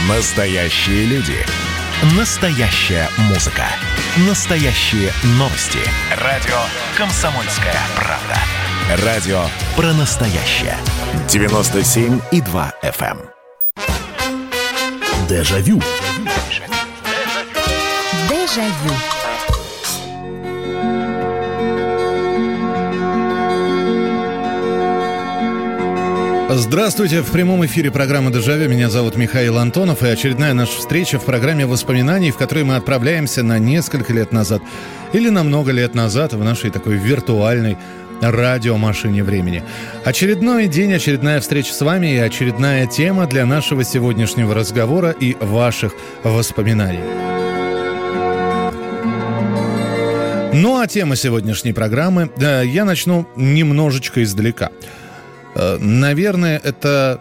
Настоящие люди. Настоящая музыка. Настоящие новости. Радио «Комсомольская правда». Радио про настоящее. 97,2 FM. Дежавю. Дежавю. Здравствуйте, в прямом эфире программы «Дежавю». Меня зовут Михаил Антонов, и очередная наша встреча в программе воспоминаний, в которой мы отправляемся на несколько лет назад или на много лет назад в нашей такой виртуальной радиомашине времени. Очередной день, очередная встреча с вами и очередная тема для нашего сегодняшнего разговора и ваших воспоминаний. Ну а тема сегодняшней программы, я начну немножечко издалека. Наверное, это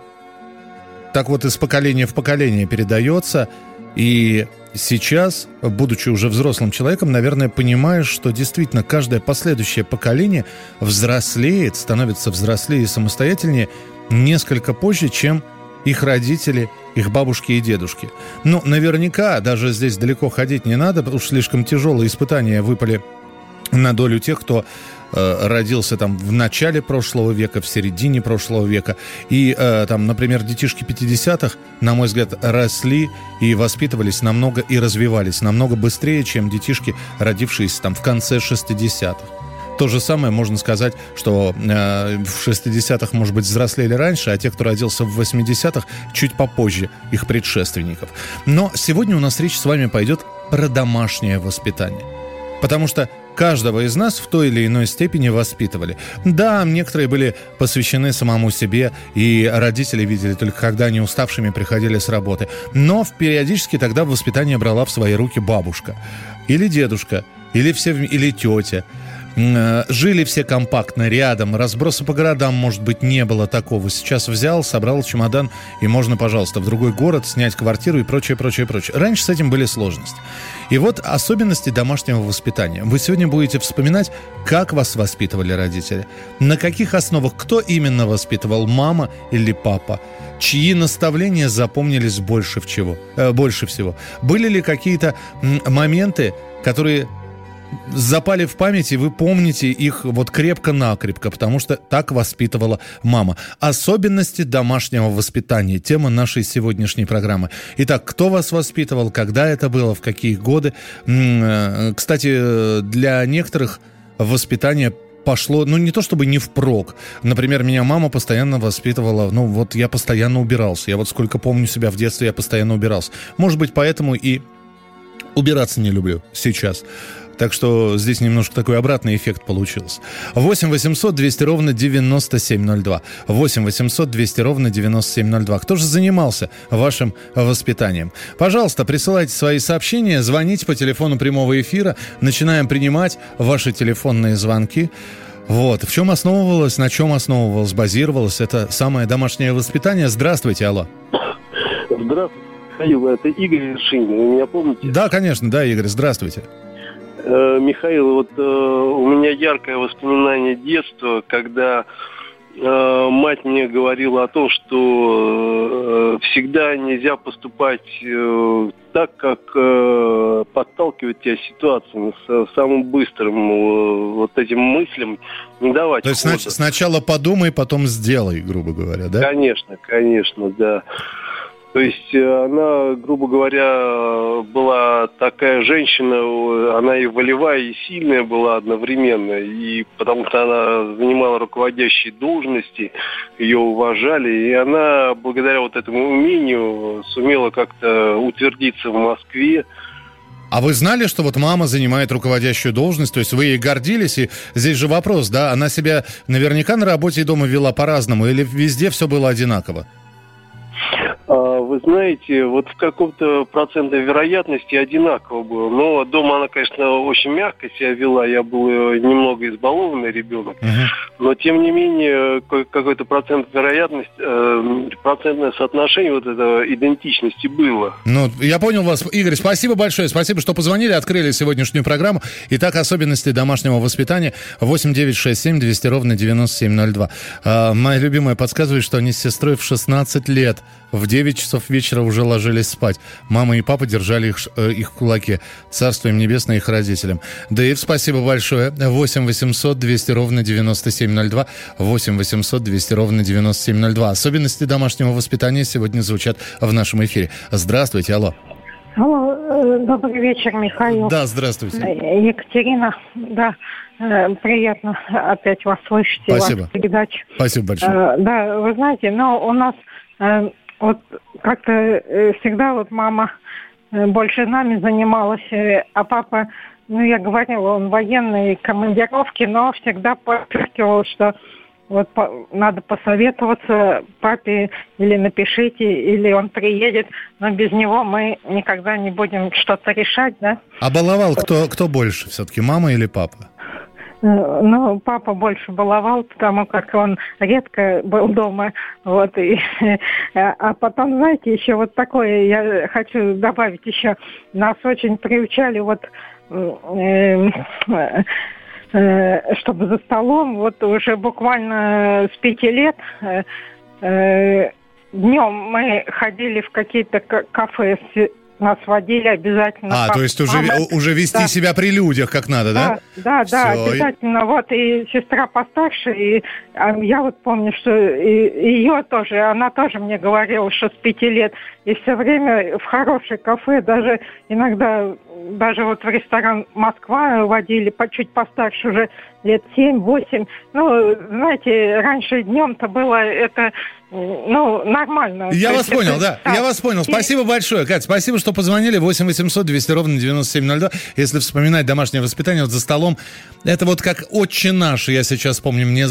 так вот из поколения в поколение передается. И сейчас, будучи уже взрослым человеком, наверное, понимаешь, что действительно каждое последующее поколение взрослеет, становится взрослее и самостоятельнее несколько позже, чем их родители, их бабушки и дедушки. Ну, наверняка, даже здесь далеко ходить не надо, потому что слишком тяжелые испытания выпали на долю тех, кто родился там в начале прошлого века, в середине прошлого века. И там, например, детишки 50-х, на мой взгляд, росли и воспитывались намного и развивались намного быстрее, чем детишки, родившиеся там в конце 60-х. То же самое можно сказать, что в 60-х, может быть, взрослели раньше, а те, кто родился в 80-х, чуть попозже их предшественников. Но сегодня у нас речь с вами пойдет про домашнее воспитание. Потому что каждого из нас в той или иной степени воспитывали. Да, некоторые были посвящены самому себе, и родители видели только, когда они уставшими приходили с работы. Но периодически тогда воспитание брала в свои руки бабушка. Или дедушка, или тетя. Жили все компактно, рядом. Разброса по городам, может быть, не было такого. Сейчас взял, собрал чемодан, и можно, пожалуйста, в другой город снять квартиру и прочее. Раньше с этим были сложности. И вот особенности домашнего воспитания. Вы сегодня будете вспоминать, как вас воспитывали родители. На каких основах, кто именно воспитывал, мама или папа. Чьи наставления запомнились больше всего. Были ли какие-то моменты, которые запали в память, и вы помните их вот крепко-накрепко, потому что так воспитывала мама. Особенности домашнего воспитания. Тема нашей сегодняшней программы. Итак, кто вас воспитывал, когда это было, в какие годы? Кстати, для некоторых воспитание пошло, не то чтобы не впрок. Например, меня мама постоянно воспитывала, я постоянно убирался. Я вот сколько помню себя в детстве, я постоянно убирался. Может быть, поэтому и убираться не люблю сейчас. Так что здесь немножко такой обратный эффект получился. 8 800 200 ровно 9702. 8 800 200 ровно 9702. Кто же занимался вашим воспитанием? Пожалуйста, присылайте свои сообщения, звоните по телефону прямого эфира. Начинаем принимать ваши телефонные звонки. Вот. В чем основывалось, на чем основывалось, базировалось это самое домашнее воспитание? Здравствуйте, алло. Здравствуйте, Михаил, это Игорь Вершинин, вы меня помните? Да, конечно, да, Игорь, здравствуйте. Михаил, у меня яркое воспоминание детства, когда мать мне говорила о том, что всегда нельзя поступать так, как подталкивает тебя ситуация, с самым быстрым вот этим мыслям не давать. То есть сначала подумай, потом сделай, грубо говоря, да? Конечно, да. То есть она, грубо говоря, была такая женщина, она и волевая, и сильная была одновременно, и потому что она занимала руководящие должности, ее уважали, и она, благодаря вот этому умению, сумела как-то утвердиться в Москве. А вы знали, что вот мама занимает руководящую должность, то есть вы ей гордились, и здесь же вопрос, да, она себя наверняка на работе и дома вела по-разному, или везде все было одинаково? Вы знаете, вот в каком-то процентной вероятности одинаково было. Но дома она, конечно, очень мягко себя вела. Я был немного избалованный ребенок. Но, тем не менее, какой-то процентное соотношение вот этого идентичности было. Ну, я понял вас. Игорь, спасибо большое. Спасибо, что позвонили, открыли сегодняшнюю программу. Итак, особенности домашнего воспитания. 8-967-200-97-02. Моя любимая подсказывает, что они с сестрой в 16 лет в 9 часов вечера уже ложились спать. Мама и папа держали их в кулаке. Царство им небесное их родителям. Дэйв, спасибо большое. 8-800-200-97-02. 8-800-200-97-02. Особенности домашнего воспитания сегодня звучат в нашем эфире. Здравствуйте, алло. Алло, добрый вечер, Михаил. Да, здравствуйте. Екатерина, да, приятно опять вас слышать. Спасибо. Вашу передачу. Спасибо большое. Да, вы знаете, но у нас вот как-то всегда вот мама больше нами занималась, а папа, ну, я говорила, он военный, командировки, но всегда подчеркивал, что вот надо посоветоваться папе, или напишите, или он приедет, но без него мы никогда не будем что-то решать, да. А баловал кто больше все-таки, мама или папа? Ну, папа больше баловал, потому как он редко был дома, вот, и, а потом, знаете, еще вот такое, я хочу добавить еще, нас очень приучали вот, чтобы за столом, вот уже буквально с 5 лет, днем мы ходили в какие-то кафе, нас водили обязательно. То есть уже вести себя при людях как надо, да? Да, обязательно. Вот и сестра постарше, и я вот помню, что ее тоже, она тоже мне говорила, что с 5 лет, и все время в хорошее кафе, даже иногда, даже вот в ресторан «Москва» водили, чуть постарше, уже лет 7-8. Ну, знаете, раньше днем-то было это... Ну, нормально. Я вас понял, да. Я вас понял. Спасибо большое, Кать. Спасибо, что позвонили. 8-800-200-97-02. Если вспоминать домашнее воспитание, вот за столом, это вот как «Отче наш», я сейчас помню, мне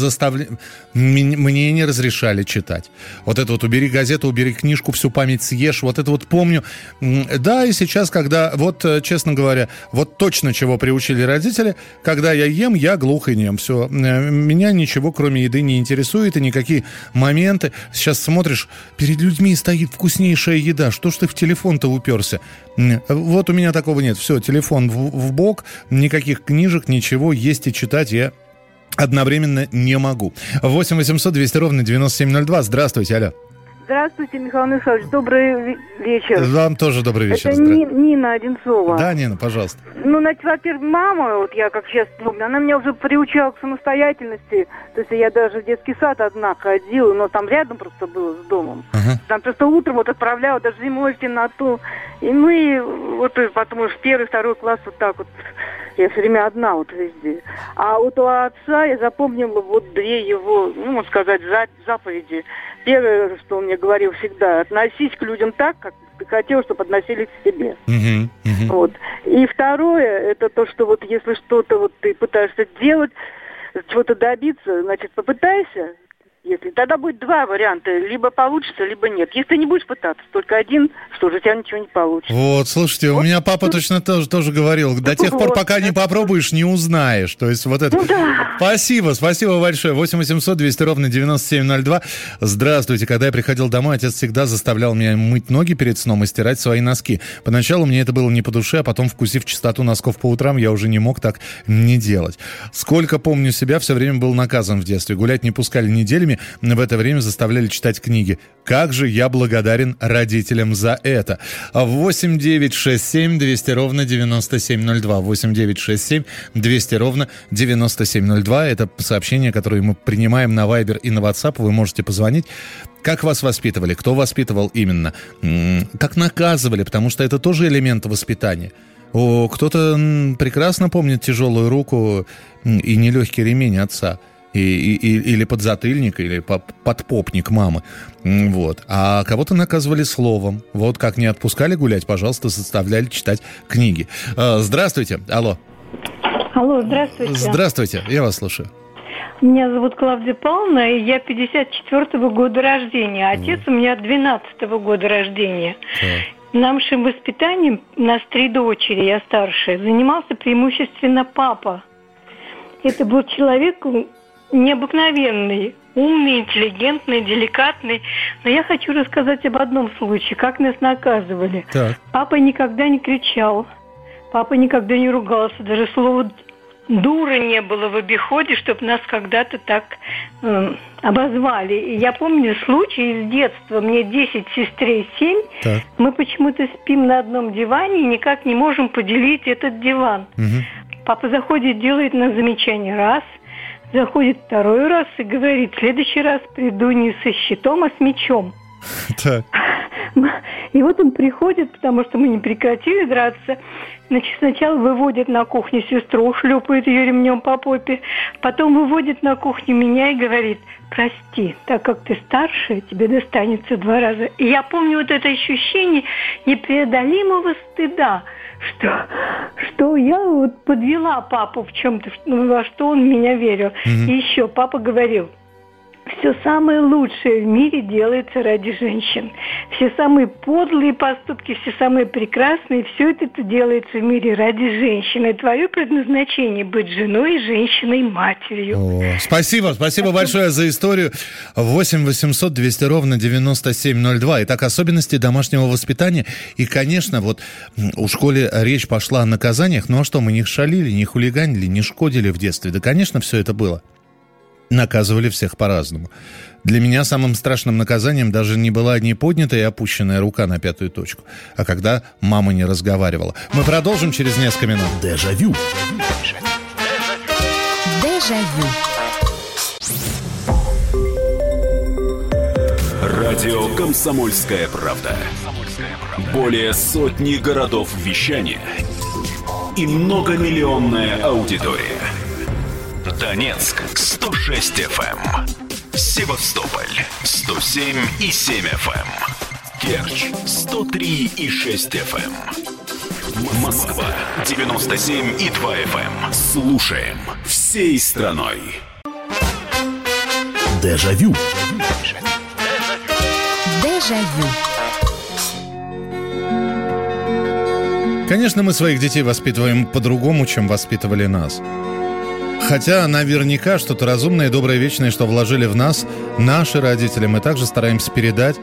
не разрешали читать. Вот это вот «убери газету, убери книжку, всю память съешь». Вот это вот помню. Да, и сейчас, когда, вот, честно говоря, вот точно чего приучили родители, когда я ем, я глух и нем. Все. Меня ничего, кроме еды, не интересует, и никакие моменты. Сейчас смотришь, перед людьми стоит вкуснейшая еда. Что ж ты в телефон-то уперся? Вот у меня такого нет. Все, телефон в бок, никаких книжек, ничего. Есть и читать я одновременно не могу. 8-800-200-97-02. Здравствуйте, алло. Здравствуйте, Михаил Михайлович, добрый вечер. Вам тоже добрый вечер. Это Нина Одинцова. Да, Нина, пожалуйста. Ну, значит, во-первых, мама, вот я как сейчас помню, она меня уже приучала к самостоятельности. То есть я даже в детский сад одна ходила, но там рядом просто было с домом. Ага. Там просто утром вот отправляла, даже зимой в темноту. И мы вот потом уже в 1-2 класс вот так вот. Я все время одна вот везде. А вот у отца я запомнила вот 2 его, ну, можно сказать, заповеди. Первое, что он мне говорил всегда, относись к людям так, как ты хотел, чтобы относились к себе. Вот. И второе, это то, что вот если что-то вот ты пытаешься делать, чего-то добиться, значит, попытайся. Если тогда будет 2 варианта, либо получится, либо нет. Если ты не будешь пытаться, только один, что же у тебя ничего не получится. Вот, слушайте, у меня папа точно тоже говорил, до тех пор, пока не попробуешь, не узнаешь. То есть вот это... Спасибо большое. 8-800-200-97-02. Здравствуйте. Когда я приходил домой, отец всегда заставлял меня мыть ноги перед сном и стирать свои носки. Поначалу мне это было не по душе, а потом, вкусив чистоту носков по утрам, я уже не мог так не делать. Сколько помню себя, все время был наказан в детстве. Гулять не пускали неделями, в это время заставляли читать книги. Как же я благодарен родителям за это. 8-967-200-97-02. 8-967-200-97-02. Это сообщение, которое мы принимаем на Viber и на WhatsApp. Вы можете позвонить. Как вас воспитывали? Кто воспитывал именно? Как наказывали? Потому что это тоже элемент воспитания. Кто-то прекрасно помнит тяжелую руку и нелегкий ремень отца. Или подзатыльник, или подпопник мамы. Вот. А кого-то наказывали словом. Вот как не отпускали гулять, пожалуйста, заставляли читать книги. Здравствуйте. Алло. Алло, здравствуйте. Здравствуйте, я вас слушаю. Меня зовут Клавдия Павловна, и я 54-го года рождения. Отец у меня 12-го года рождения. Нашим воспитанием, у нас 3 дочери, я старшая, занимался преимущественно папа. Это был человек, необыкновенный, умный, интеллигентный, деликатный. Но я хочу рассказать об одном случае, как нас наказывали. Так. Папа никогда не кричал, папа никогда не ругался, даже слова «дура» не было в обиходе, чтобы нас когда-то так обозвали. И я помню случай из детства, мне 10, сестре 7, Так. мы почему-то спим на одном диване и никак не можем поделить этот диван. Папа заходит, делает на замечание раз, заходит второй раз и говорит: в следующий раз приду не со щитом, а с мечом. Так. И вот он приходит, потому что мы не прекратили драться. Значит, сначала выводит на кухню сестру, шлепает ее ремнем по попе. Потом выводит на кухню меня и говорит: прости, так как ты старше, тебе достанется 2 раза. И я помню вот это ощущение непреодолимого стыда, что я вот подвела папу в чем-то, во что он меня верил. И еще папа говорил: все самое лучшее в мире делается ради женщин. Все самые подлые поступки, все самые прекрасные, все это делается в мире ради женщины. И твое предназначение — быть женой, женщиной, матерью. О, спасибо большое за историю. 8 800 200 ровно 9702. Итак, особенности домашнего воспитания. И, конечно, вот у школе речь пошла о наказаниях. Ну а что, мы не шалили, не хулиганили, не шкодили в детстве? Да, конечно, все это было. Наказывали всех по-разному. Для меня самым страшным наказанием даже не была не поднятая и опущенная рука на 5-ю точку, а когда мама не разговаривала. Мы продолжим через несколько минут. Дежавю. Дежавю. Радио «Комсомольская правда». Более сотни городов вещания и многомиллионная аудитория. Донецк 106 FM, Севастополь 107,7 FM, Керчь 103,6 FM, Москва 97,2 FM. Слушаем всей страной. Дежавю. Дежавю. Конечно, мы своих детей воспитываем по-другому, чем воспитывали нас. Хотя наверняка что-то разумное, доброе, вечное, что вложили в нас наши родители, мы также стараемся передать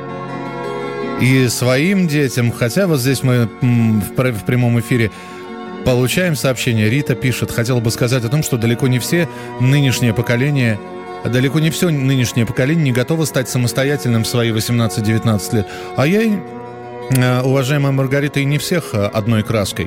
и своим детям. Хотя вот здесь мы в прямом эфире получаем сообщение. Рита пишет: хотела бы сказать о том, что далеко не все нынешнее поколение не готово стать самостоятельным в свои 18-19 лет. А я, уважаемая Маргарита, и не всех одной краской.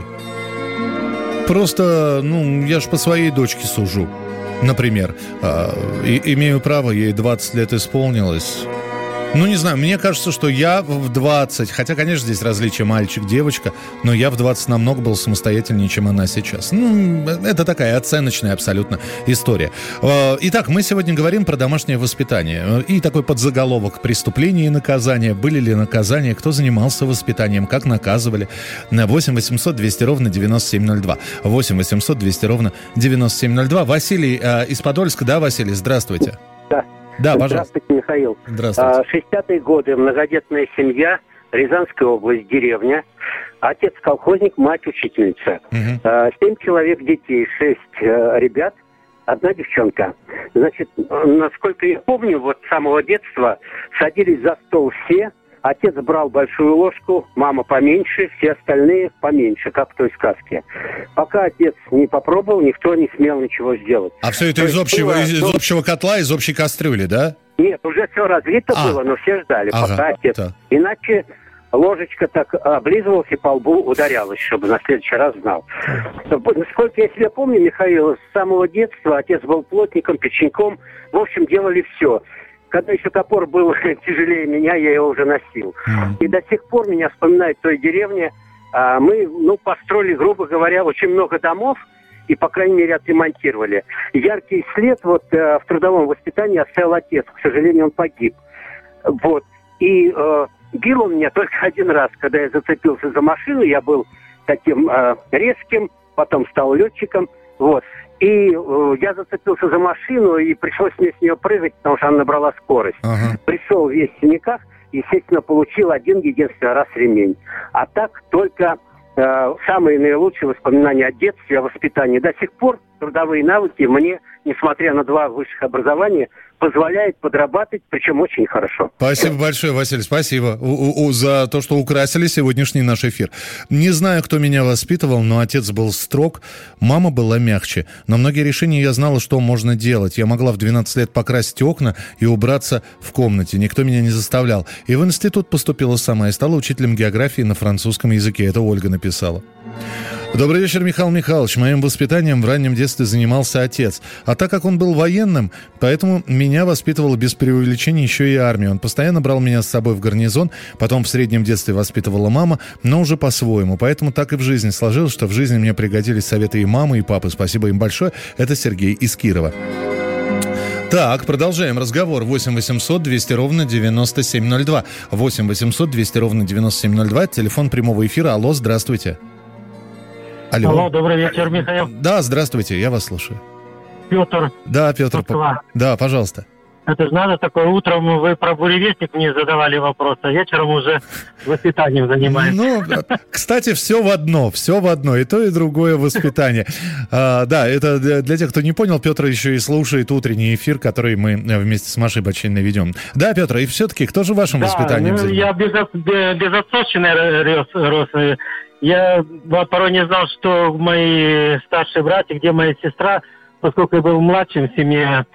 Просто, я ж по своей дочке сужу. Например, имею право, ей 20 лет исполнилось. Не знаю, мне кажется, что я в 20, хотя, конечно, здесь различие мальчик-девочка, но я в 20 намного был самостоятельнее, чем она сейчас. Это такая оценочная абсолютно история. Итак, мы сегодня говорим про домашнее воспитание. И такой подзаголовок: преступления и наказания. Были ли наказания? Кто занимался воспитанием? Как наказывали? 8 800 200 ровно 9702. 8 800 200 ровно 9702. Василий из Подольска. Да, Василий, здравствуйте. Да, пожалуйста. Здравствуйте, Михаил. Здравствуйте. 60-е годы, многодетная семья, Рязанская область, деревня. Отец колхозник, мать учительница. 7 человек детей, 6 ребят, 1 девчонка. Значит, насколько я помню, вот с самого детства садились за стол все. Отец брал большую ложку, мама поменьше, все остальные поменьше, как в той сказке. Пока отец не попробовал, никто не смел ничего сделать. А все это из общего котла, из общей кастрюли, да? Нет, уже все разлито было, но все ждали, пока отец. Так. Иначе ложечка так облизывалась и по лбу ударялась, чтобы на следующий раз знал. Насколько я себя помню, Михаил, с самого детства отец был плотником, печеньком. В общем, делали все. Когда еще топор был тяжелее меня, я его уже носил. И до сих пор меня вспоминает в той деревне. Мы, построили, грубо говоря, очень много домов и, по крайней мере, отремонтировали. Яркий след в трудовом воспитании оставил отец. К сожалению, он погиб. И бил он меня только 1 раз, когда я зацепился за машину. Я был таким резким, потом стал летчиком. И я зацепился за машину, и пришлось мне с нее прыгать, потому что она набрала скорость. Пришел весь в синяках, естественно, получил 1-единственный раз ремень. А так только самые наилучшие воспоминания о детстве, о воспитании. До сих пор трудовые навыки мне, несмотря на 2 высших образования, позволяет подрабатывать, причем очень хорошо. Спасибо большое, Василий, спасибо за то, что украсили сегодняшний наш эфир. Не знаю, кто меня воспитывал, но отец был строг, мама была мягче. Но многие решения я знала, что можно делать. Я могла в 12 лет покрасить окна и убраться в комнате. Никто меня не заставлял. И в институт поступила сама и стала учителем географии на французском языке. Это Ольга написала. Добрый вечер, Михаил Михайлович. Моим воспитанием в раннем детстве занимался отец. А так как он был военным, поэтому меня воспитывала без преувеличения еще и армия. Он постоянно брал меня с собой в гарнизон, потом в среднем детстве воспитывала мама, но уже по-своему. Поэтому так и в жизни сложилось, что в жизни мне пригодились советы и мамы, и папы. Спасибо им большое. Это Сергей из Кирова. Так, продолжаем разговор. 8 800 200 ровно 9702. 8 800 200 ровно 9702. Телефон прямого эфира. Алло, здравствуйте. Алло, добрый вечер, Михаил. Да, здравствуйте, я вас слушаю. Петр. Да, Петр. Да, пожалуйста. Это же надо такое, утром вы про буревестник мне задавали вопрос, а вечером уже воспитанием занимаетесь. Ну, кстати, все в одно, и то, и другое воспитание. Да, это для тех, кто не понял, Петр еще и слушает утренний эфир, который мы вместе с Машей Бачининой ведем. Да, Петр, и все-таки, кто же вашим воспитанием занимается? Я безотцовщиной рос. Я порой не знал, что мои старшие братья, где моя сестра, поскольку я был младшим в семье.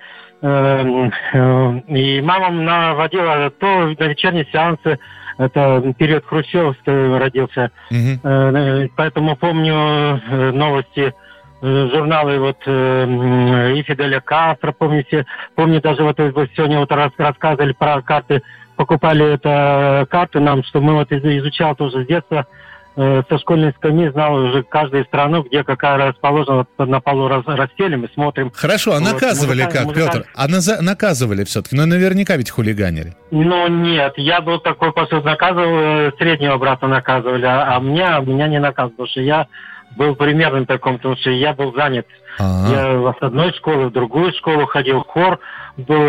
И мама наводила то на вечерние сеансы, это период Хрущевский родился. Поэтому помню новости, журналы и Фиделя Кастро, помню даже сегодня рассказывали про карты, покупали карты нам, что мы изучал тоже с детства. Со школьной скамьи знал уже каждую страну, где какая расположена, на полу расстелим и смотрим. Хорошо, а наказывали как, Петр? А наказывали все-таки? Но наверняка ведь хулиганили. Ну нет, я был такой, по сути, наказывал, среднего брата наказывали, а меня не наказывали, потому что я был примерным таком, потому что я был занят. Я с одной школы в другую школу ходил, хор был,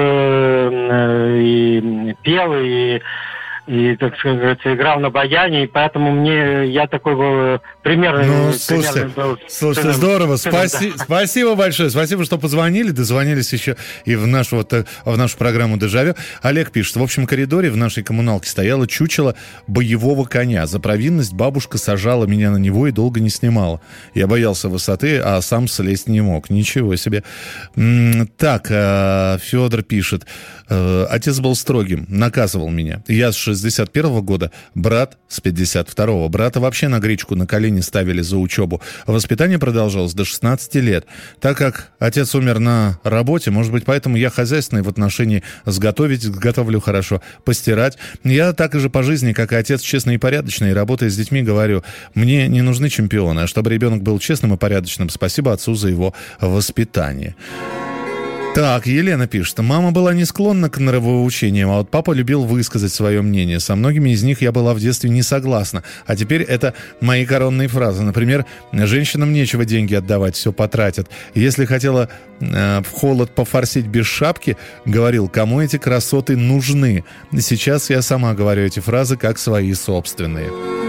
и пел, и, так сказать, играл на баяне, и поэтому я такой был примерный. Ну, слушайте, здорово. Спасибо большое. Спасибо, что позвонили. Дозвонились еще и в нашу программу «Дежавю». Олег пишет. В общем коридоре в нашей коммуналке стояло чучело боевого коня. За провинность бабушка сажала меня на него и долго не снимала. Я боялся высоты, а сам слезть не мог. Ничего себе. Так, Федор пишет. Отец был строгим, наказывал меня. Я с 61-го года, брат с 52-го. Брата вообще на гречку на колени ставили за учебу. Воспитание продолжалось до 16 лет. Так как отец умер на работе, может быть, поэтому я хозяйственный в отношении готовлю хорошо, постирать. Я так же по жизни, как и отец, честный и порядочный. Работая с детьми, говорю, мне не нужны чемпионы, а чтобы ребенок был честным и порядочным. Спасибо отцу за его воспитание. Так, Елена пишет, мама была не склонна к нравоучениям, а вот папа любил высказать свое мнение. Со многими из них я была в детстве не согласна. А теперь это мои коронные фразы. Например, женщинам нечего деньги отдавать, все потратят. Если хотела в холод пофорсить без шапки, говорил, кому эти красоты нужны. Сейчас я сама говорю эти фразы как свои собственные.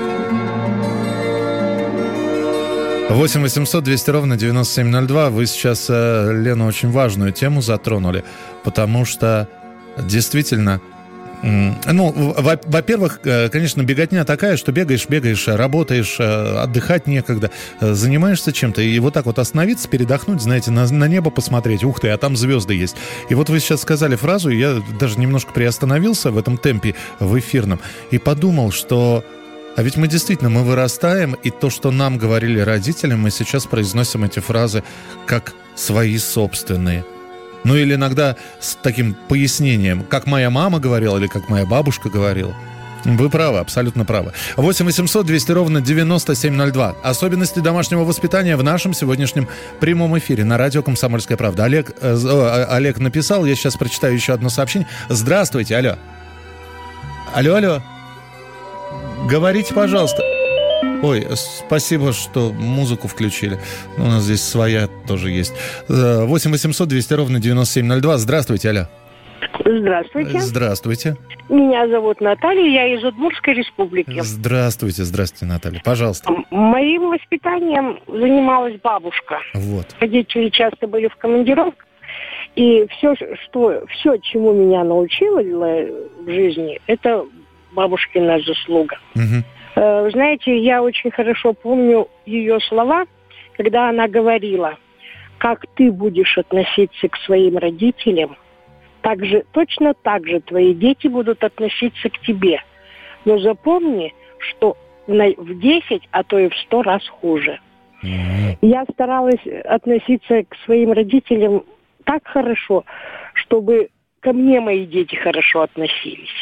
8 800 200 ровно 9702. Вы сейчас, Лена, очень важную тему затронули, потому что действительно, во-первых, конечно, беготня такая, что бегаешь, работаешь, отдыхать некогда, занимаешься чем-то, и вот так вот остановиться, передохнуть, знаете, на небо посмотреть, ух ты, а там звезды есть. И вот вы сейчас сказали фразу, и я даже немножко приостановился в этом темпе, в эфирном, и подумал, что а ведь мы вырастаем, и то, что нам говорили родители, мы сейчас произносим эти фразы как свои собственные. Ну или иногда с таким пояснением, как моя мама говорила или как моя бабушка говорила. Вы правы, абсолютно правы. 8 800 200 ровно 9702. Особенности домашнего воспитания в нашем сегодняшнем прямом эфире на радио «Комсомольская правда». Олег написал, я сейчас прочитаю еще одно сообщение. Здравствуйте, алло. Алло. Говорите, пожалуйста. Ой, спасибо, что музыку включили. У нас здесь своя тоже есть. 8 800 200 ровно 9702. Здравствуйте, алло. Здравствуйте. Здравствуйте. Меня зовут Наталья, я из Удмуртской республики. Здравствуйте, Наталья. Пожалуйста. Моим воспитанием занималась бабушка. Вот. Родители часто были в командировках. И все, чему меня научила в жизни, это бабушкина заслуга. Угу. Знаете, я очень хорошо помню ее слова, когда она говорила: как ты будешь относиться к своим родителям, точно так же твои дети будут относиться к тебе. Но запомни, что в 10, а то и в 100 раз хуже. Я старалась относиться к своим родителям так хорошо, чтобы ко мне мои дети хорошо относились.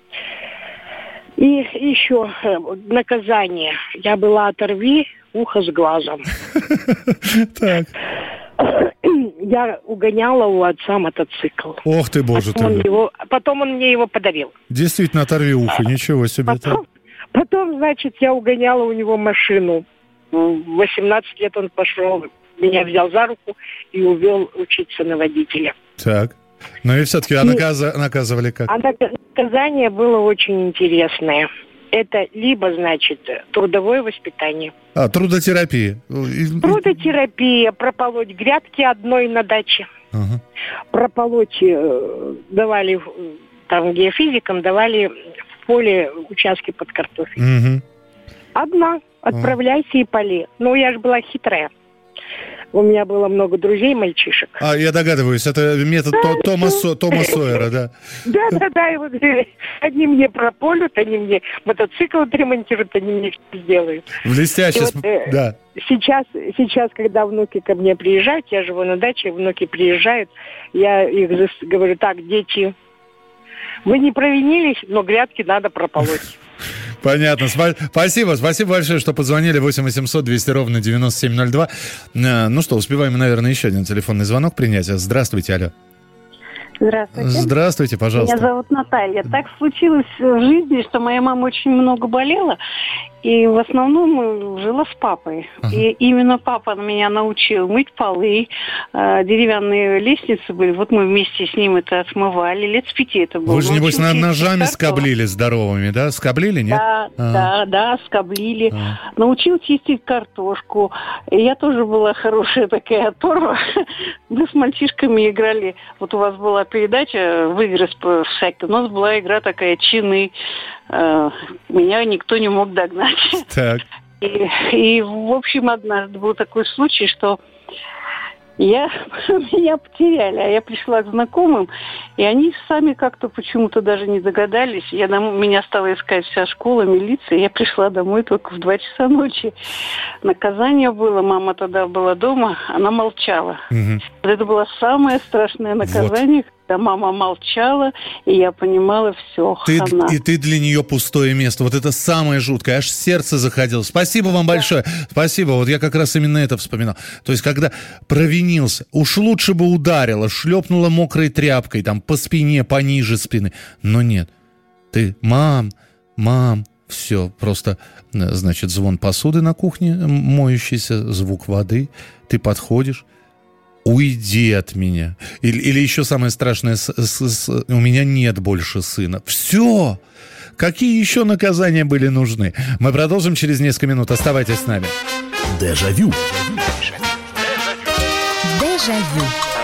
И еще наказание. Я была оторви ухо с глазом. Так. Я угоняла у отца мотоцикл. Ох ты, боже ты. Потом он мне его подарил. Действительно, оторви ухо, ничего себе. Потом, значит, я угоняла у него машину. В 18 лет он пошел, меня взял за руку и увел учиться на водителя. Так. Ну и все-таки наказывали как? А наказание было очень интересное. Это либо, значит, трудовое воспитание. Трудотерапия. Трудотерапия, прополоть грядки одной на даче. Ага. Прополоть давали, там где физикам, давали в поле участки под картофель. Угу. Одна. Отправляйся и поли. Ну, я же была хитрая. У меня было много друзей, мальчишек. Я догадываюсь, это метод Тома Сойера, да? Да, и вот одни мне прополют, они мне мотоцикл отремонтируют, они мне все сделают. Блестяще, да. Сейчас, когда внуки ко мне приезжают, я живу на даче, внуки приезжают, я их говорю: так, дети, вы не провинились, но грядки надо прополоть. Понятно. Спасибо большое, что позвонили. 8 800 200 ровно 9702. Ну что, успеваем, наверное, еще один телефонный звонок принять. Здравствуйте, алло. Здравствуйте. Здравствуйте, пожалуйста. Меня зовут Наталья. Так случилось в жизни, что моя мама очень много болела, и в основном жила с папой. Ага. И именно папа меня научил мыть полы, деревянные лестницы были. Вот мы вместе с ним это отмывали. Лет с 5 это было. Вы же, небось, ножами скоблили здоровыми, да? Скоблили, нет? Да, скоблили. Научил чистить картошку. И я тоже была хорошая такая оторва. Мы с мальчишками играли. Вот у вас была передача «Выигрыш по всякой». У нас была игра такая «Чины». Меня никто не мог догнать. Так. И в общем, однажды был такой случай, что меня потеряли, а я пришла к знакомым, и они сами как-то почему-то даже не догадались. Меня стала искать вся школа, милиция, я пришла домой только в 2 часа ночи. Наказание было, мама тогда была дома, она молчала. Угу. Это было самое страшное наказание, когда мама молчала, и я понимала, все, хана. И ты для нее пустое место. Вот это самое жуткое, аж сердце заходило. Спасибо вам большое. Спасибо. Вот я как раз именно это вспоминал. То есть, когда провинился, уж лучше бы ударила, шлепнула мокрой тряпкой, там, по спине, пониже спины. Но нет. Ты, мам, все, просто, значит, звон посуды на кухне, моющийся, звук воды. Ты подходишь. Уйди от меня. Или еще самое страшное, у меня нет больше сына. Все! Какие еще наказания были нужны? Мы продолжим через несколько минут. Оставайтесь с нами. Дежавю. Дежавю.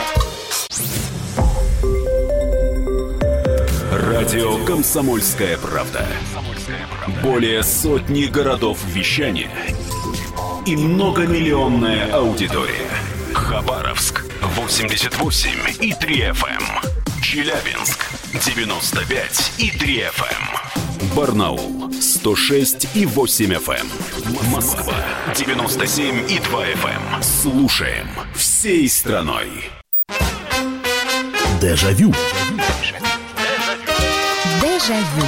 Радио «Комсомольская правда». Более сотни городов вещания и многомиллионная аудитория. Хабаровск 88,3 FM. Челябинск 95,3 FM. Барнаул 106,8 FM. Москва 97,2 FM. Слушаем всей страной. Дежавю. Дежавю.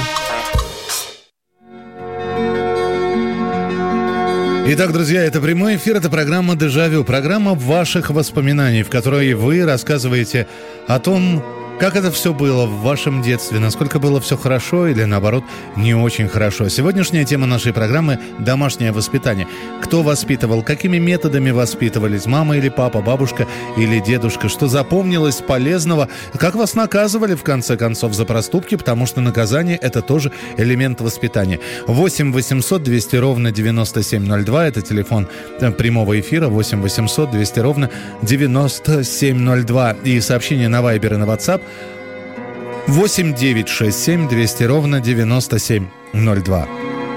Итак, друзья, это прямой эфир, это программа «Дежавю», программа ваших воспоминаний, в которой вы рассказываете о том, Как это все было в вашем детстве? Насколько было все хорошо или, наоборот, не очень хорошо? Сегодняшняя тема нашей программы – домашнее воспитание. Кто воспитывал? Какими методами воспитывались? Мама или папа, бабушка или дедушка? Что запомнилось полезного? Как вас наказывали, в конце концов, за проступки? Потому что наказание – это тоже элемент воспитания. 8 800 200 ровно 9702 – это телефон прямого эфира. 8 800 200 ровно 9702. И сообщение на Вайбер и на WhatsApp 8 967 200 ровно 9702.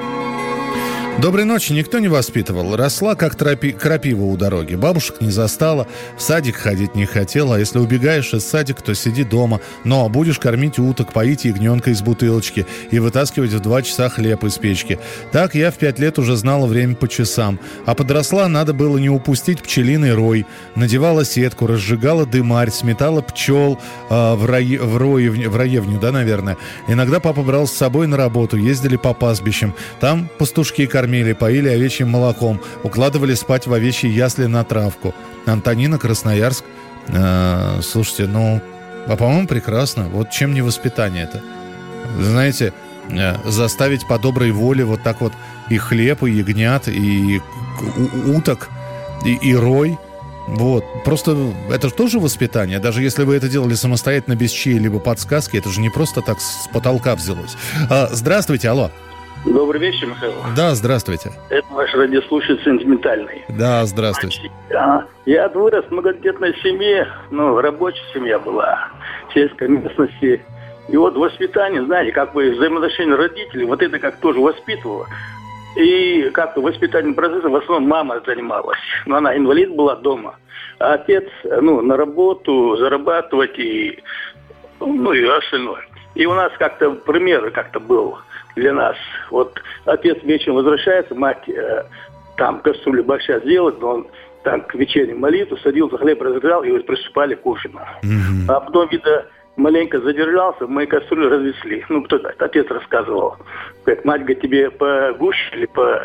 Доброй ночи. Никто не воспитывал. Росла, как крапива у дороги. Бабушек не застала, в садик ходить не хотела. А если убегаешь из садика, то сиди дома. Но будешь кормить уток, поить ягненка из бутылочки и вытаскивать в 2 часа хлеб из печки. Так я в 5 лет уже знала время по часам. А подросла, надо было не упустить пчелиный рой. Надевала сетку, разжигала дымарь, сметала пчел в раевню, да, наверное. Иногда папа брал с собой на работу, ездили по пастбищам. Там пастушки кормили, поили овечьим молоком, укладывали спать в овечьи ясли на травку. Антонина, Красноярск. Слушайте, по-моему, прекрасно. Вот чем не воспитание это? Знаете, заставить по доброй воле вот так вот и хлеб, и ягнят, и уток, и рой. Вот. Просто это же тоже воспитание. Даже если вы это делали самостоятельно, без чьей-либо подсказки, это же не просто так с потолка взялось. Здравствуйте, алло. Добрый вечер, Михаил. Да, здравствуйте. Это ваш радиослушатель сентиментальный. Да, здравствуйте. Я вырос в многодетной семье, рабочая семья была, в сельской местности. И вот воспитание, знаете, как бы взаимоотношения родителей, вот это как тоже воспитывало. И как-то воспитательным процессом в основном мама занималась. Но она инвалид была дома. А отец, на работу зарабатывать и остальное. И у нас как-то пример как-то был для нас. Вот отец вечером возвращается, мать там кастрюлю борща сделает, но он там к вечерней молитве садился, хлеб разгружал, и вот приступали к ужину. А потом, видно, маленько задержался, мы кастрюлю развезли. Отец рассказывал, как мать говорит, тебе погуще или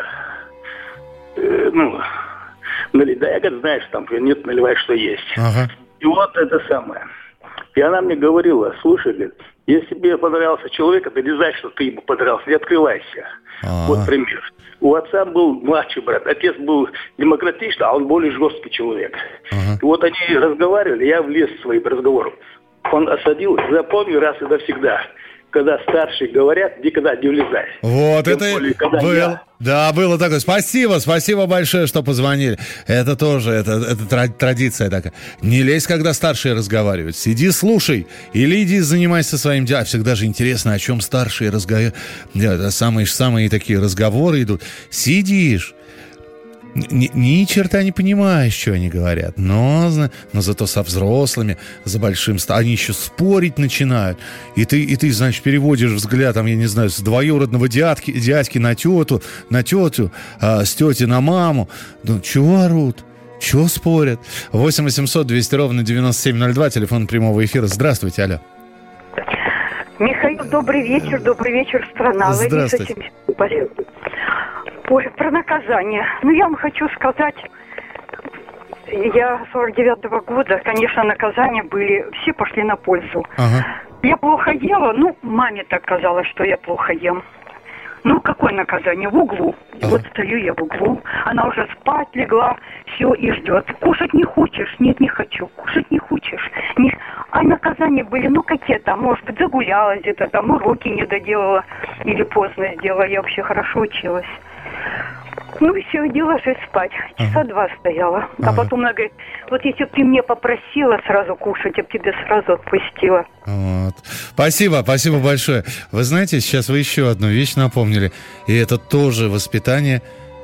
налить? Да, я говорю, знаешь, там нет, наливай, что есть. Ага. И вот это самое. И она мне говорила, слушай, говорит, если тебе понравился человек, это не значит, что ты ему понравился, не открывайся. Вот пример. У отца был младший брат, отец был демократичный, а он более жесткий человек. И вот они разговаривали, я влез в свои разговоры. Он осадил, запомни раз и навсегда. Когда старшие говорят, никогда не влезай. Вот это было. Да, было такое. Спасибо большое, что позвонили. Это тоже, это традиция такая. Не лезь, когда старшие разговаривают. Сиди, слушай. Или иди занимайся своим делом. Всегда же интересно, о чем старшие разговаривают. Самые такие разговоры идут. Сидишь. Ни черта не понимаешь, что они говорят. Но зато со взрослыми, за большим столом, они еще спорить начинают. И ты, значит, переводишь взгляд, там, я не знаю, с двоюродного дядьки на тетю, с тети на маму. Чего орут? Чего спорят? 8 800 200 ровно 9702, телефон прямого эфира. Здравствуйте, алло. Михаил, добрый вечер, страна. Здравствуйте. Ой, про наказание. Я вам хочу сказать, я 49-го года, конечно, наказания были, все пошли на пользу. Ага. Я плохо ела, маме так казалось, что я плохо ем. Какое наказание? В углу. Ага. Вот стою я в углу, она уже спать легла, все, и ждет. Кушать не хочешь? Нет, не хочу. Кушать не хочешь? А наказания были, какие там, может быть, загулялась где-то, там уроки не доделала или поздно сделала, я вообще хорошо училась. И все, иди ложись спать. Часа 2 стояла. А потом она говорит, вот если бы ты мне попросила сразу кушать, я бы тебя сразу отпустила. Вот. Спасибо большое. Вы знаете, сейчас вы еще одну вещь напомнили. И это тоже воспитание.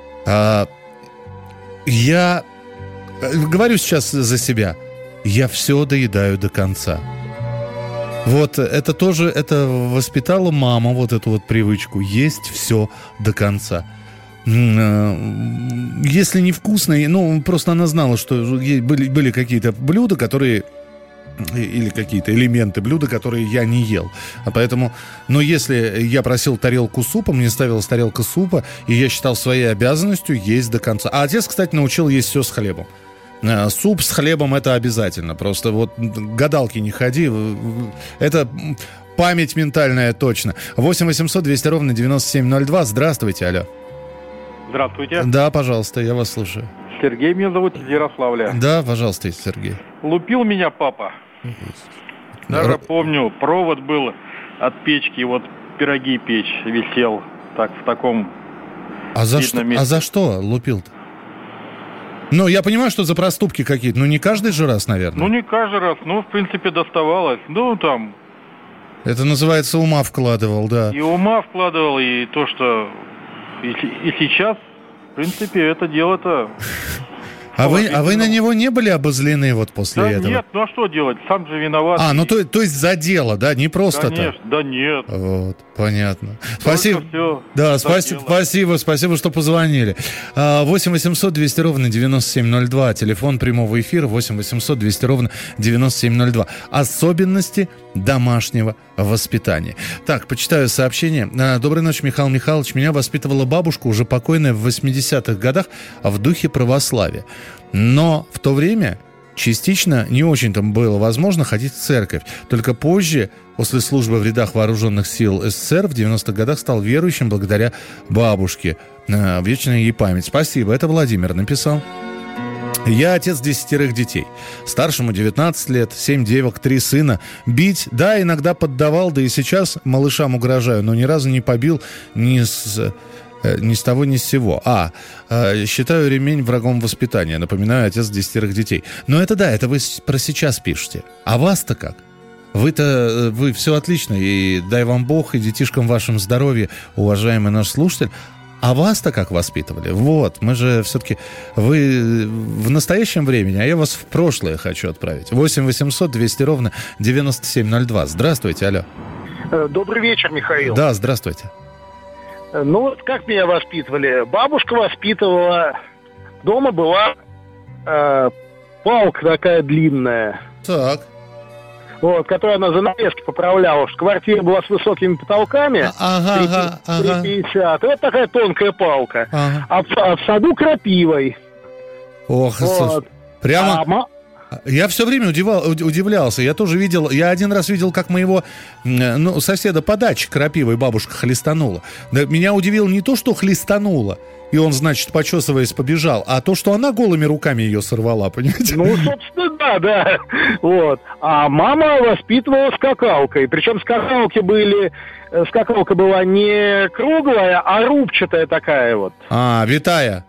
Я говорю сейчас за себя. Я все доедаю до конца. Вот это тоже, это воспитала мама, вот эту вот привычку. Есть все до конца. Если невкусные, просто она знала, что были какие-то блюда, которые... Или какие-то элементы блюда, которые я не ел. А поэтому, если я просил тарелку супа, мне ставилась тарелка супа, и я считал своей обязанностью есть до конца. А отец, кстати, научил есть все с хлебом. суп с хлебом — это обязательно. Просто вот гадалки не ходи. Это память ментальная точно. 8 800 200 ровно 9702. Здравствуйте, алло. Здравствуйте. Да, пожалуйста, я вас слушаю. Сергей меня зовут, из Ярославля. Да, пожалуйста, Сергей. Лупил меня папа. Даже помню, провод был от печки, вот пироги печь висел так в таком видном месте. А за что лупил-то? Ну, я понимаю, что за проступки какие-то, но не каждый же раз, наверное. Ну, не каждый раз, в принципе, доставалось. Ну, там... Это называется, ума вкладывал, да. И ума вкладывал, и то, что... И сейчас, в принципе, это дело-то... А вы на него не были обозлены вот после этого? Нет, ну а что делать? Сам же виноват. То есть за дело, да? Не просто так? Конечно, да нет. Вот, понятно. Спасибо. Да, спасибо, что позвонили. 8 800 200 ровно 9702. Телефон прямого эфира 8 800 200 ровно 9702. Особенности домашнего воспитания. Так, почитаю сообщение. Доброй ночи, Михаил Михайлович. Меня воспитывала бабушка, уже покойная, в 80-х годах, в духе православия. Но в то время частично не очень-то было возможно ходить в церковь. Только позже, после службы в рядах вооруженных сил СССР, в 90-х годах стал верующим благодаря бабушке. Вечная ей память. Спасибо. Это Владимир написал. Я отец 10 детей. Старшему 19 лет, 7 девок, 3 сына. Бить, да, иногда поддавал, да и сейчас малышам угрожаю, но ни разу не побил ни с того, ни с сего. Считаю ремень врагом воспитания. Напоминаю, отец 10 детей. Но это да, это вы про сейчас пишете. А вас-то как? Вы все отлично, и дай вам Бог, и детишкам вашим здоровья, уважаемый наш слушатель. А вас-то как воспитывали? Вот, мы же все-таки... Вы в настоящем времени, а я вас в прошлое хочу отправить. 8 800 200 ровно 9702. Здравствуйте, алло. Добрый вечер, Михаил. Да, здравствуйте. Ну вот как меня воспитывали? Бабушка воспитывала. Дома была палка такая длинная. Так. Вот, которую она занавески поправляла. Квартира была с высокими потолками. 350. Вот такая тонкая палка. А в саду крапивой. Ох, вот. Прямо... Я все время удивлялся. Я тоже видел, я один раз видел, как моего соседа по даче крапивой бабушка хлестанула. Да, меня удивило не то, что хлестанула, и он, значит, почесываясь, побежал, а то, что она голыми руками ее сорвала, понимаете? Ну, собственно, да. Вот. А мама воспитывала скакалкой. Причем скакалка была не круглая, а рубчатая такая вот. Витая.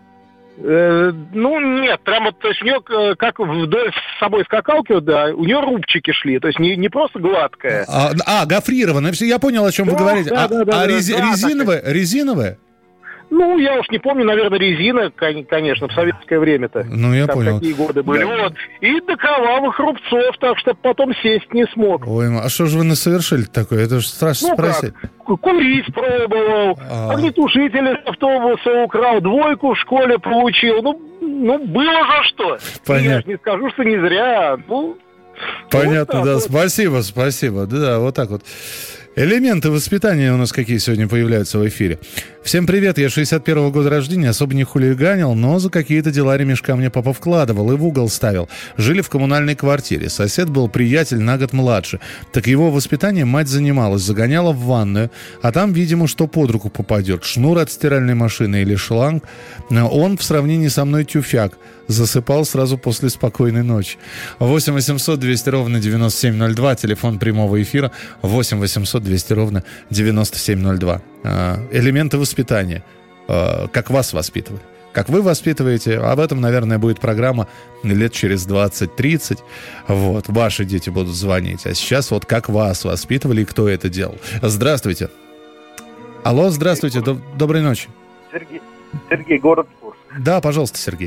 Нет, прямо, то есть у нее, как вдоль с собой скакалки, да, у нее рубчики шли, то есть не просто гладкая. Гофрированная, я понял, о чем вы говорите. Резиновая? Резиновая? Ну, я уж не помню, наверное, резина, конечно, в советское время-то. Ну, я понял. Такие годы были. Да. Вот. И до кровавых рубцов, так что потом сесть не смог. Ой, а что же вы совершили такое? Это же страшно спросить. Как? Курить пробовал, огнетушитель из автобуса украл, 2 в школе получил. Ну, было за что. Понятно. Я же не скажу, что не зря. Понятно, вот да. Вот. Спасибо. Да, вот так вот. Элементы воспитания у нас какие сегодня появляются в эфире. Всем привет, я 61-го года рождения, особо не хулиганил, но за какие-то дела ремешка мне папа вкладывал и в угол ставил. Жили в коммунальной квартире. Сосед был приятель на год младше. Так его воспитанием мать занималась, загоняла в ванную, а там, видимо, что под руку попадет. Шнур от стиральной машины или шланг. Он в сравнении со мной тюфяк. Засыпал сразу после спокойной ночи. 8 800 200 ровно 9702. Телефон прямого эфира 8 800 200 ровно 9702. Элементы воспитания. Как вас воспитывали? Как вы воспитываете? Об этом, наверное, будет программа лет через 20-30. Вот. Ваши дети будут звонить. А сейчас вот как вас воспитывали и кто это делал. Здравствуйте. Алло, здравствуйте. Доброй ночи. Сергей, город Курск. Да, пожалуйста, Сергей.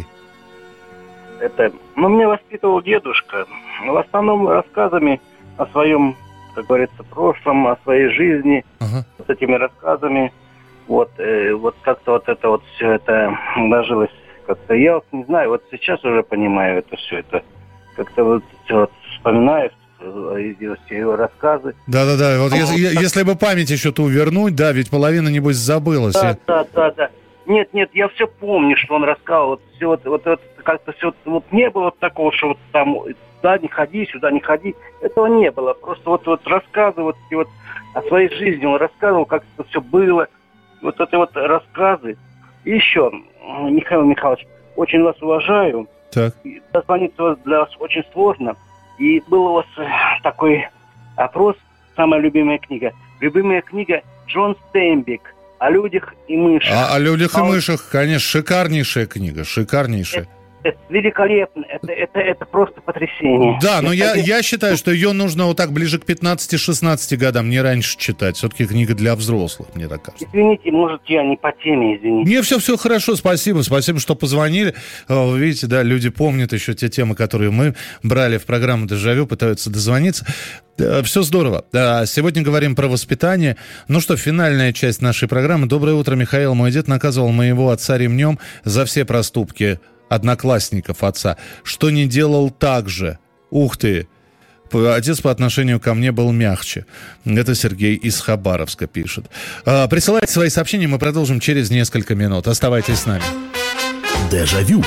Меня воспитывал дедушка. В основном рассказами о своем, как говорится, прошлом, о своей жизни. С этими рассказами. Вот как-то это все это нажилось как-то. Я не знаю, вот сейчас уже понимаю это все. Это как-то все вспоминаю его рассказы. Да. Вот если бы память еще ту вернуть, да, ведь половина, небось, забылась. Да. Нет, я все помню, что он рассказывал. Вот как-то все вот не было такого, что вот там туда не ходи, сюда не ходи. Этого не было. Просто вот рассказы вот эти вот о своей жизни. Он рассказывал, как это все было. Вот это вот рассказы. И еще, Михаил Михайлович, очень вас уважаю. Так. Дозвониться для вас очень сложно. И был у вас такой опрос, самая любимая книга. Любимая книга Джон Стейнбек «О людях и мышах». О людях и мышах, конечно, шикарнейшая книга, шикарнейшая. Это великолепно, это просто потрясение. Да, но я считаю, что ее нужно вот так ближе к 15-16 годам, не раньше читать. Все-таки книга для взрослых, мне так кажется. Извините, может, я не по теме, извините. Не, все хорошо, спасибо, что позвонили. Вы видите, да, люди помнят еще те темы, которые мы брали в программу «Дежавю», пытаются дозвониться. Все здорово. Сегодня говорим про воспитание. Ну что, финальная часть нашей программы. Доброе утро, Михаил. Мой дед наказывал моего отца ремнем за все проступки одноклассников отца, что не делал так же. Ух ты! Отец по отношению ко мне был мягче. Это Сергей из Хабаровска пишет. Присылайте свои сообщения, мы продолжим через несколько минут. Оставайтесь с нами. Дежавю.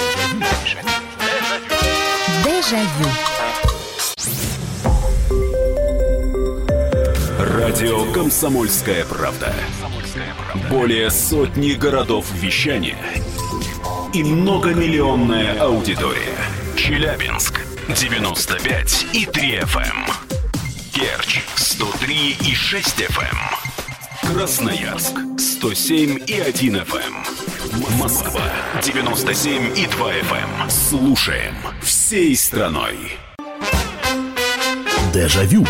Дежавю. Радио «Комсомольская правда». Более сотни городов вещания и многомиллионная аудитория. Челябинск 95,3 FM. Керчь 103,6 FM. Красноярск 107,1 FM. Москва 97,2 FM. Слушаем всей страной. Дежавю.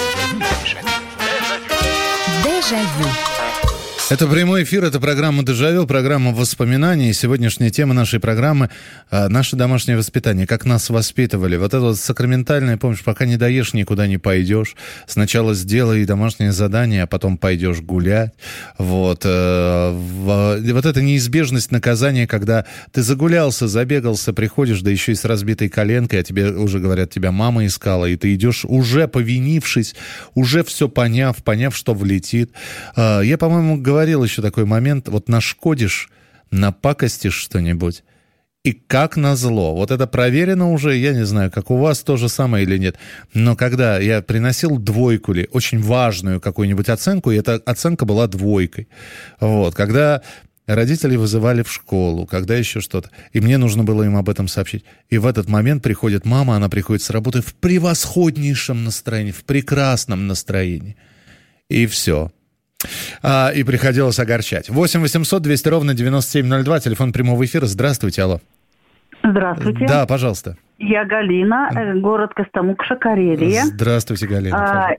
Дежавю. Это прямой эфир, это программа «Дежавю», программа воспоминаний. Сегодняшняя тема нашей программы – наше домашнее воспитание, как нас воспитывали. Вот это вот сакраментальное, помнишь, пока не доешь, никуда не пойдешь. Сначала сделай домашнее задание, а потом пойдешь гулять. Вот эта неизбежность наказания, когда ты загулялся, забегался, приходишь, да еще и с разбитой коленкой, а тебе уже говорят, тебя мама искала, и ты идешь уже повинившись, уже все поняв, что влетит. Я, по-моему, говорил еще такой момент, вот нашкодишь, напакостишь что-нибудь, и как назло. Вот это проверено уже, я не знаю, как у вас то же самое или нет, но когда я приносил двойку или очень важную какую-нибудь оценку, и эта оценка была двойкой, вот, когда родители вызывали в школу, когда еще что-то, и мне нужно было им об этом сообщить, и в этот момент приходит мама, она приходит с работы в превосходнейшем настроении, в прекрасном настроении, и все. И приходилось огорчать. 8 800 200 ровно 9702, телефон прямого эфира. Здравствуйте, алло. Здравствуйте. Да, пожалуйста. Я Галина, город Костомукша, Карелия. Здравствуйте, Галина.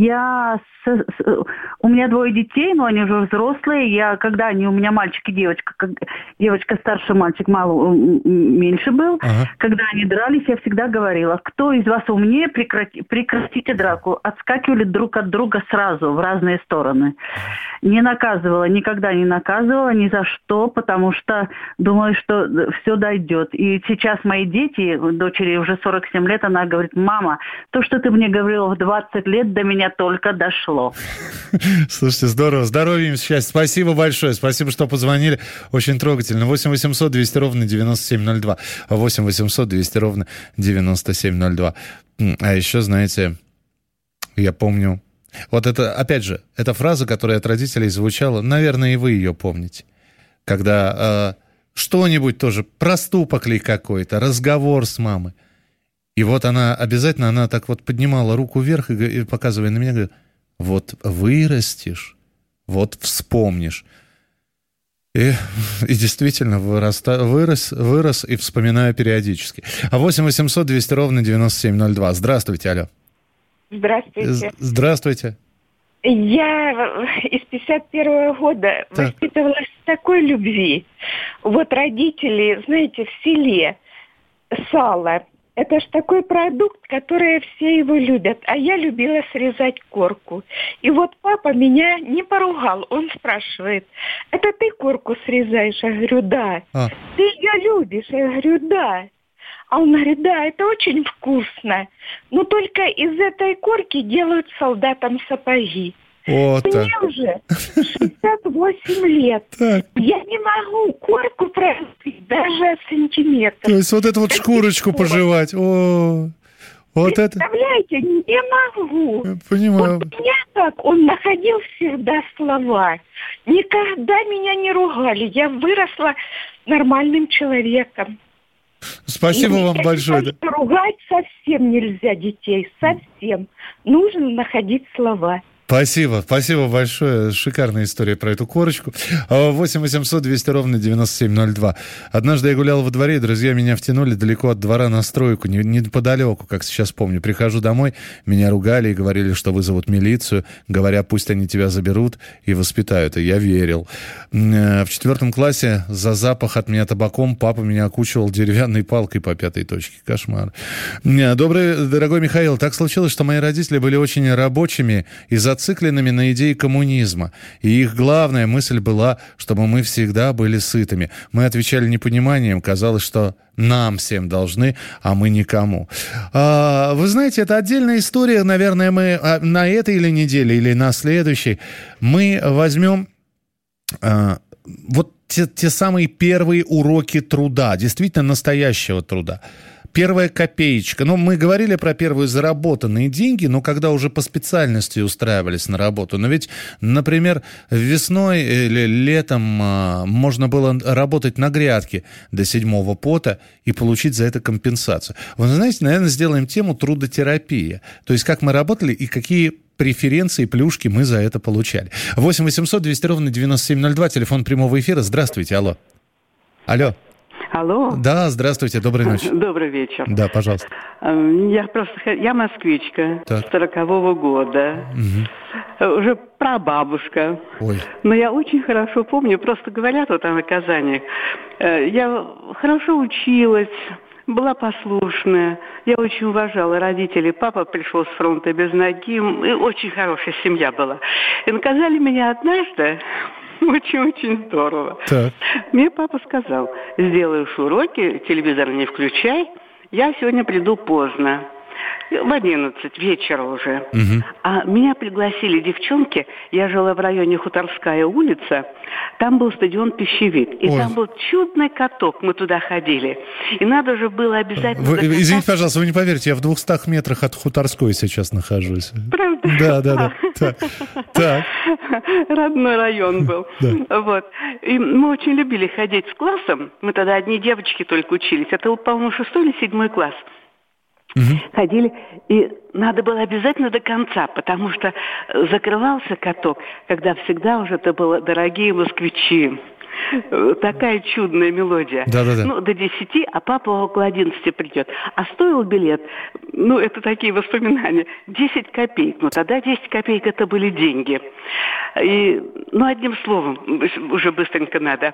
У меня 2 детей, но они уже взрослые. Когда они у меня мальчик и девочка, девочка старше, мальчик меньше был. Ага. Когда они дрались, я всегда говорила, кто из вас умнее, прекратите драку. Отскакивали друг от друга сразу в разные стороны. Не наказывала, никогда не наказывала ни за что, потому что думаю, что все дойдет. И сейчас мои дети, дочери уже 47 лет, она говорит, мама, то, что ты мне говорила в 20 лет, до меня только дошло. Слушайте, здорово. Здоровья им, счастья. Спасибо большое. Спасибо, что позвонили. Очень трогательно. 8 800 200 ровно 9702. 8 800 200 ровно 9702. А еще, знаете, я помню... Вот это, опять же, эта фраза, которая от родителей звучала, наверное, и вы ее помните. Когда что-нибудь тоже, проступок ли какой-то, разговор с мамой. И вот она обязательно, она так вот поднимала руку вверх и показывая на меня, говорит, вот вырастешь, вот вспомнишь. И действительно вырос и вспоминаю периодически. 8 800 200 ровно 9702. Здравствуйте, алло. Здравствуйте. Здравствуйте. Я из 51-го года воспитывалась в такой любви. Вот родители, знаете, в селе сало. Это ж такой продукт, который все его любят. А я любила срезать корку. И вот папа меня не поругал. Он спрашивает, это ты корку срезаешь? Я говорю, да. Ты ее любишь? Я говорю, да. А он говорит, да, это очень вкусно. Но только из этой корки делают солдатам сапоги. Вот мне уже 68 лет. Так. Я не могу корку прожить даже сантиметр. То есть вот эту вот шкурочку пожевать. О, вот это... Представляете, не могу. Я понимаю. Вот меня так, он находил всегда слова. Никогда меня не ругали. Я выросла нормальным человеком. Спасибо вам большое. Ругать совсем нельзя детей, совсем. Нужно находить слова. Спасибо большое. Шикарная история про эту корочку. 8 800 200 ровно 9702. Однажды я гулял во дворе, и друзья меня втянули далеко от двора на стройку, неподалеку, как сейчас помню. Прихожу домой, меня ругали и говорили, что вызовут милицию, говоря, пусть они тебя заберут и воспитают. И я верил. В 4 классе за запах от меня табаком папа меня окучивал деревянной палкой по 5-й точке. Кошмар. Дорогой Михаил, так случилось, что мои родители были очень рабочими и зацикленными на идее коммунизма. И их главная мысль была, чтобы мы всегда были сытыми. Мы отвечали непониманием. Казалось, что нам всем должны, а мы никому. Вы знаете, это отдельная история. Наверное, мы на этой или неделе, или на следующей мы возьмем вот те самые первые уроки труда, действительно настоящего труда. Первая копеечка. Мы говорили про первые заработанные деньги, но когда уже по специальности устраивались на работу. Но ведь, например, весной или летом можно было работать на грядке до 7-го пота и получить за это компенсацию. Вы знаете, наверное, сделаем тему трудотерапия. То есть, как мы работали и какие преференции, плюшки мы за это получали. 8 800 200 ровно 9702, телефон прямого эфира. Здравствуйте, алло. Алло. Да, здравствуйте, доброй ночи. Добрый вечер. Да, пожалуйста. Я москвичка, 40-го года. Угу. Уже прабабушка. Ой. Но я очень хорошо помню, просто говорят вот о наказаниях. Я хорошо училась, была послушная. Я очень уважала родителей. Папа пришел с фронта без ноги. И очень хорошая семья была. И наказали меня однажды. Очень-очень здорово. Так. Мне папа сказал, сделаешь уроки, телевизор не включай, я сегодня приду поздно. В 11 вечера уже. Угу. А меня пригласили девчонки, я жила в районе Хуторская улица, там был стадион «Пищевик», и там был чудный каток, мы туда ходили. И надо же было обязательно... Извините, пожалуйста, вы не поверите, я в 200 метрах от Хуторской сейчас нахожусь. Правда? Да. Так. Родной район был. Вот. И мы очень любили ходить с классом, мы тогда одни девочки только учились, это был, по-моему, 6 или 7 класс. Угу. Ходили, и надо было обязательно до конца, потому что закрывался каток, когда всегда уже это было «Дорогие москвичи». Такая чудная мелодия. Да. До 10, а папа около 11 придет. А стоил билет, это такие воспоминания, 10 копеек. Тогда 10 копеек это были деньги. И, одним словом, уже быстренько надо.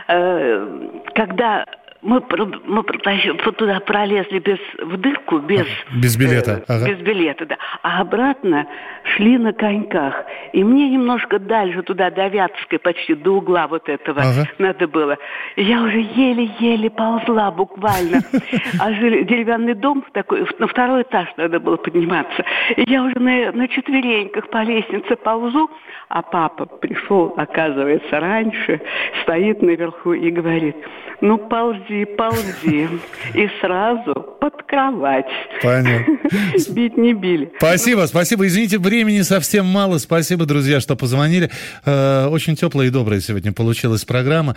Когда... Мы туда пролезли в дырку без билета. Без билета, да. А обратно шли на коньках. И мне немножко дальше туда, до Вятской, почти до угла вот этого надо было. И я уже еле-еле ползла буквально. А деревянный дом такой, на 2-й этаж надо было подниматься. И я уже на четвереньках по лестнице ползу, а папа пришел, оказывается, раньше, стоит наверху и говорит: ползи. И сразу под кровать. Понятно. Бить не били. Спасибо. Извините, времени совсем мало. Спасибо, друзья, что позвонили. Очень теплая и добрая сегодня получилась программа.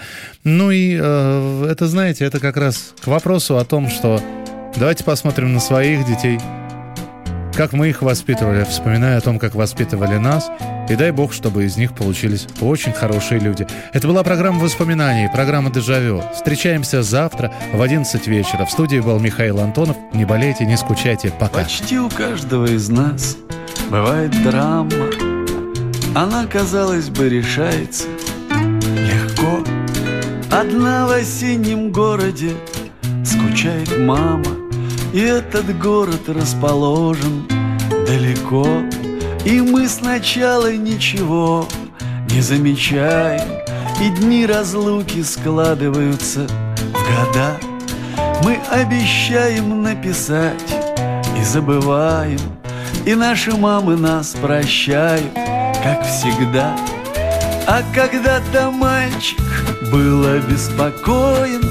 Это, знаете, это как раз к вопросу о том, что давайте посмотрим на своих детей, как мы их воспитывали, вспоминая о том, как воспитывали нас. И дай бог, чтобы из них получились очень хорошие люди. Это была программа воспоминаний, программа «Дежавю». Встречаемся завтра в 11 вечера. В студии был Михаил Антонов. Не болейте, не скучайте. Пока. Почти у каждого из нас бывает драма. Она, казалось бы, решается легко. Одна в осеннем городе скучает мама, и этот город расположен далеко. И мы сначала ничего не замечаем, и дни разлуки складываются в года. Мы обещаем написать и забываем, и наши мамы нас прощают, как всегда. А когда-то мальчик был обеспокоен,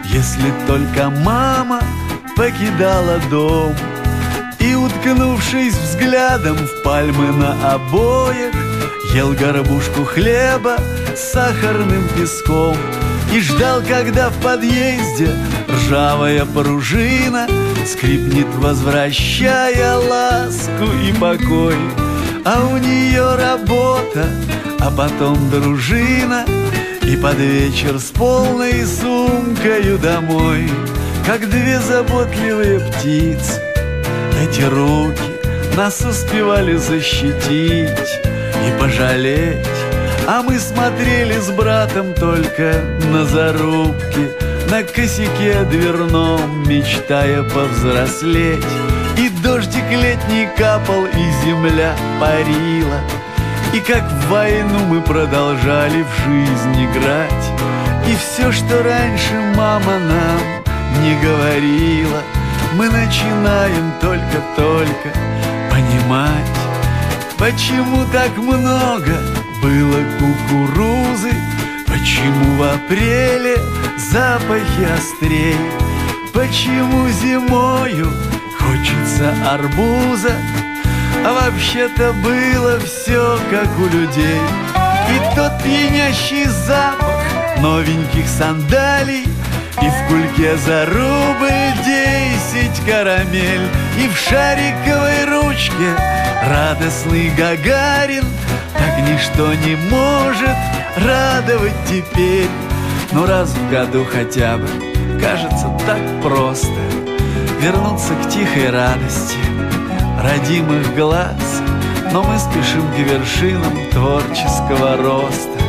если только мама покидала дом. И, уткнувшись взглядом в пальмы на обоях, ел горбушку хлеба с сахарным песком и ждал, когда в подъезде ржавая пружина скрипнет, возвращая ласку и покой. А у нее работа, а потом дружина, и под вечер с полной сумкою домой. Как две заботливые птицы, эти руки нас успевали защитить и пожалеть. А мы смотрели с братом только на зарубки, на косяке дверном, мечтая повзрослеть. И дождик летний капал, и земля парила, и как в войну мы продолжали в жизнь играть. И все, что раньше мама нам не говорила, мы начинаем только-только понимать. Почему так много было кукурузы, почему в апреле запахи острей, почему зимою хочется арбуза, а вообще-то было все как у людей. И тот пьянящий запах новеньких сандалий, и в кульке за рубль 10 карамель, и в шариковой ручке радостный Гагарин. Так ничто не может радовать теперь. Но раз в году хотя бы, кажется, так просто вернуться к тихой радости родимых глаз. Но мы спешим к вершинам творческого роста,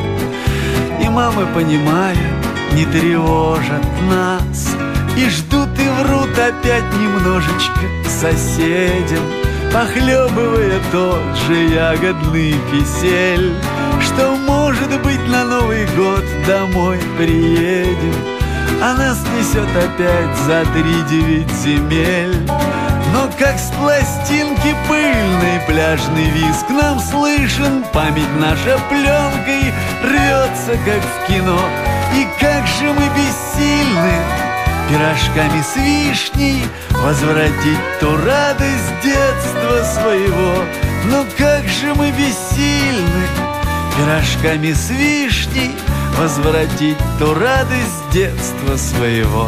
и мамы, понимая, не тревожат нас, и ждут и врут опять немножечко соседям, похлебывая тот же ягодный кисель, что, может быть, на Новый год домой приедем, а нас несет опять за 3-9 земель. Но как с пластинки пыльной пляжный визг нам слышен, память наша пленкой рвется, как в кино. И как же мы бессильны пирожками с вишней возвратить ту радость детства своего. Но как же мы бессильны пирожками с вишней возвратить ту радость детства своего.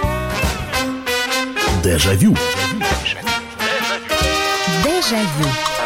Дежавю. Дежавю.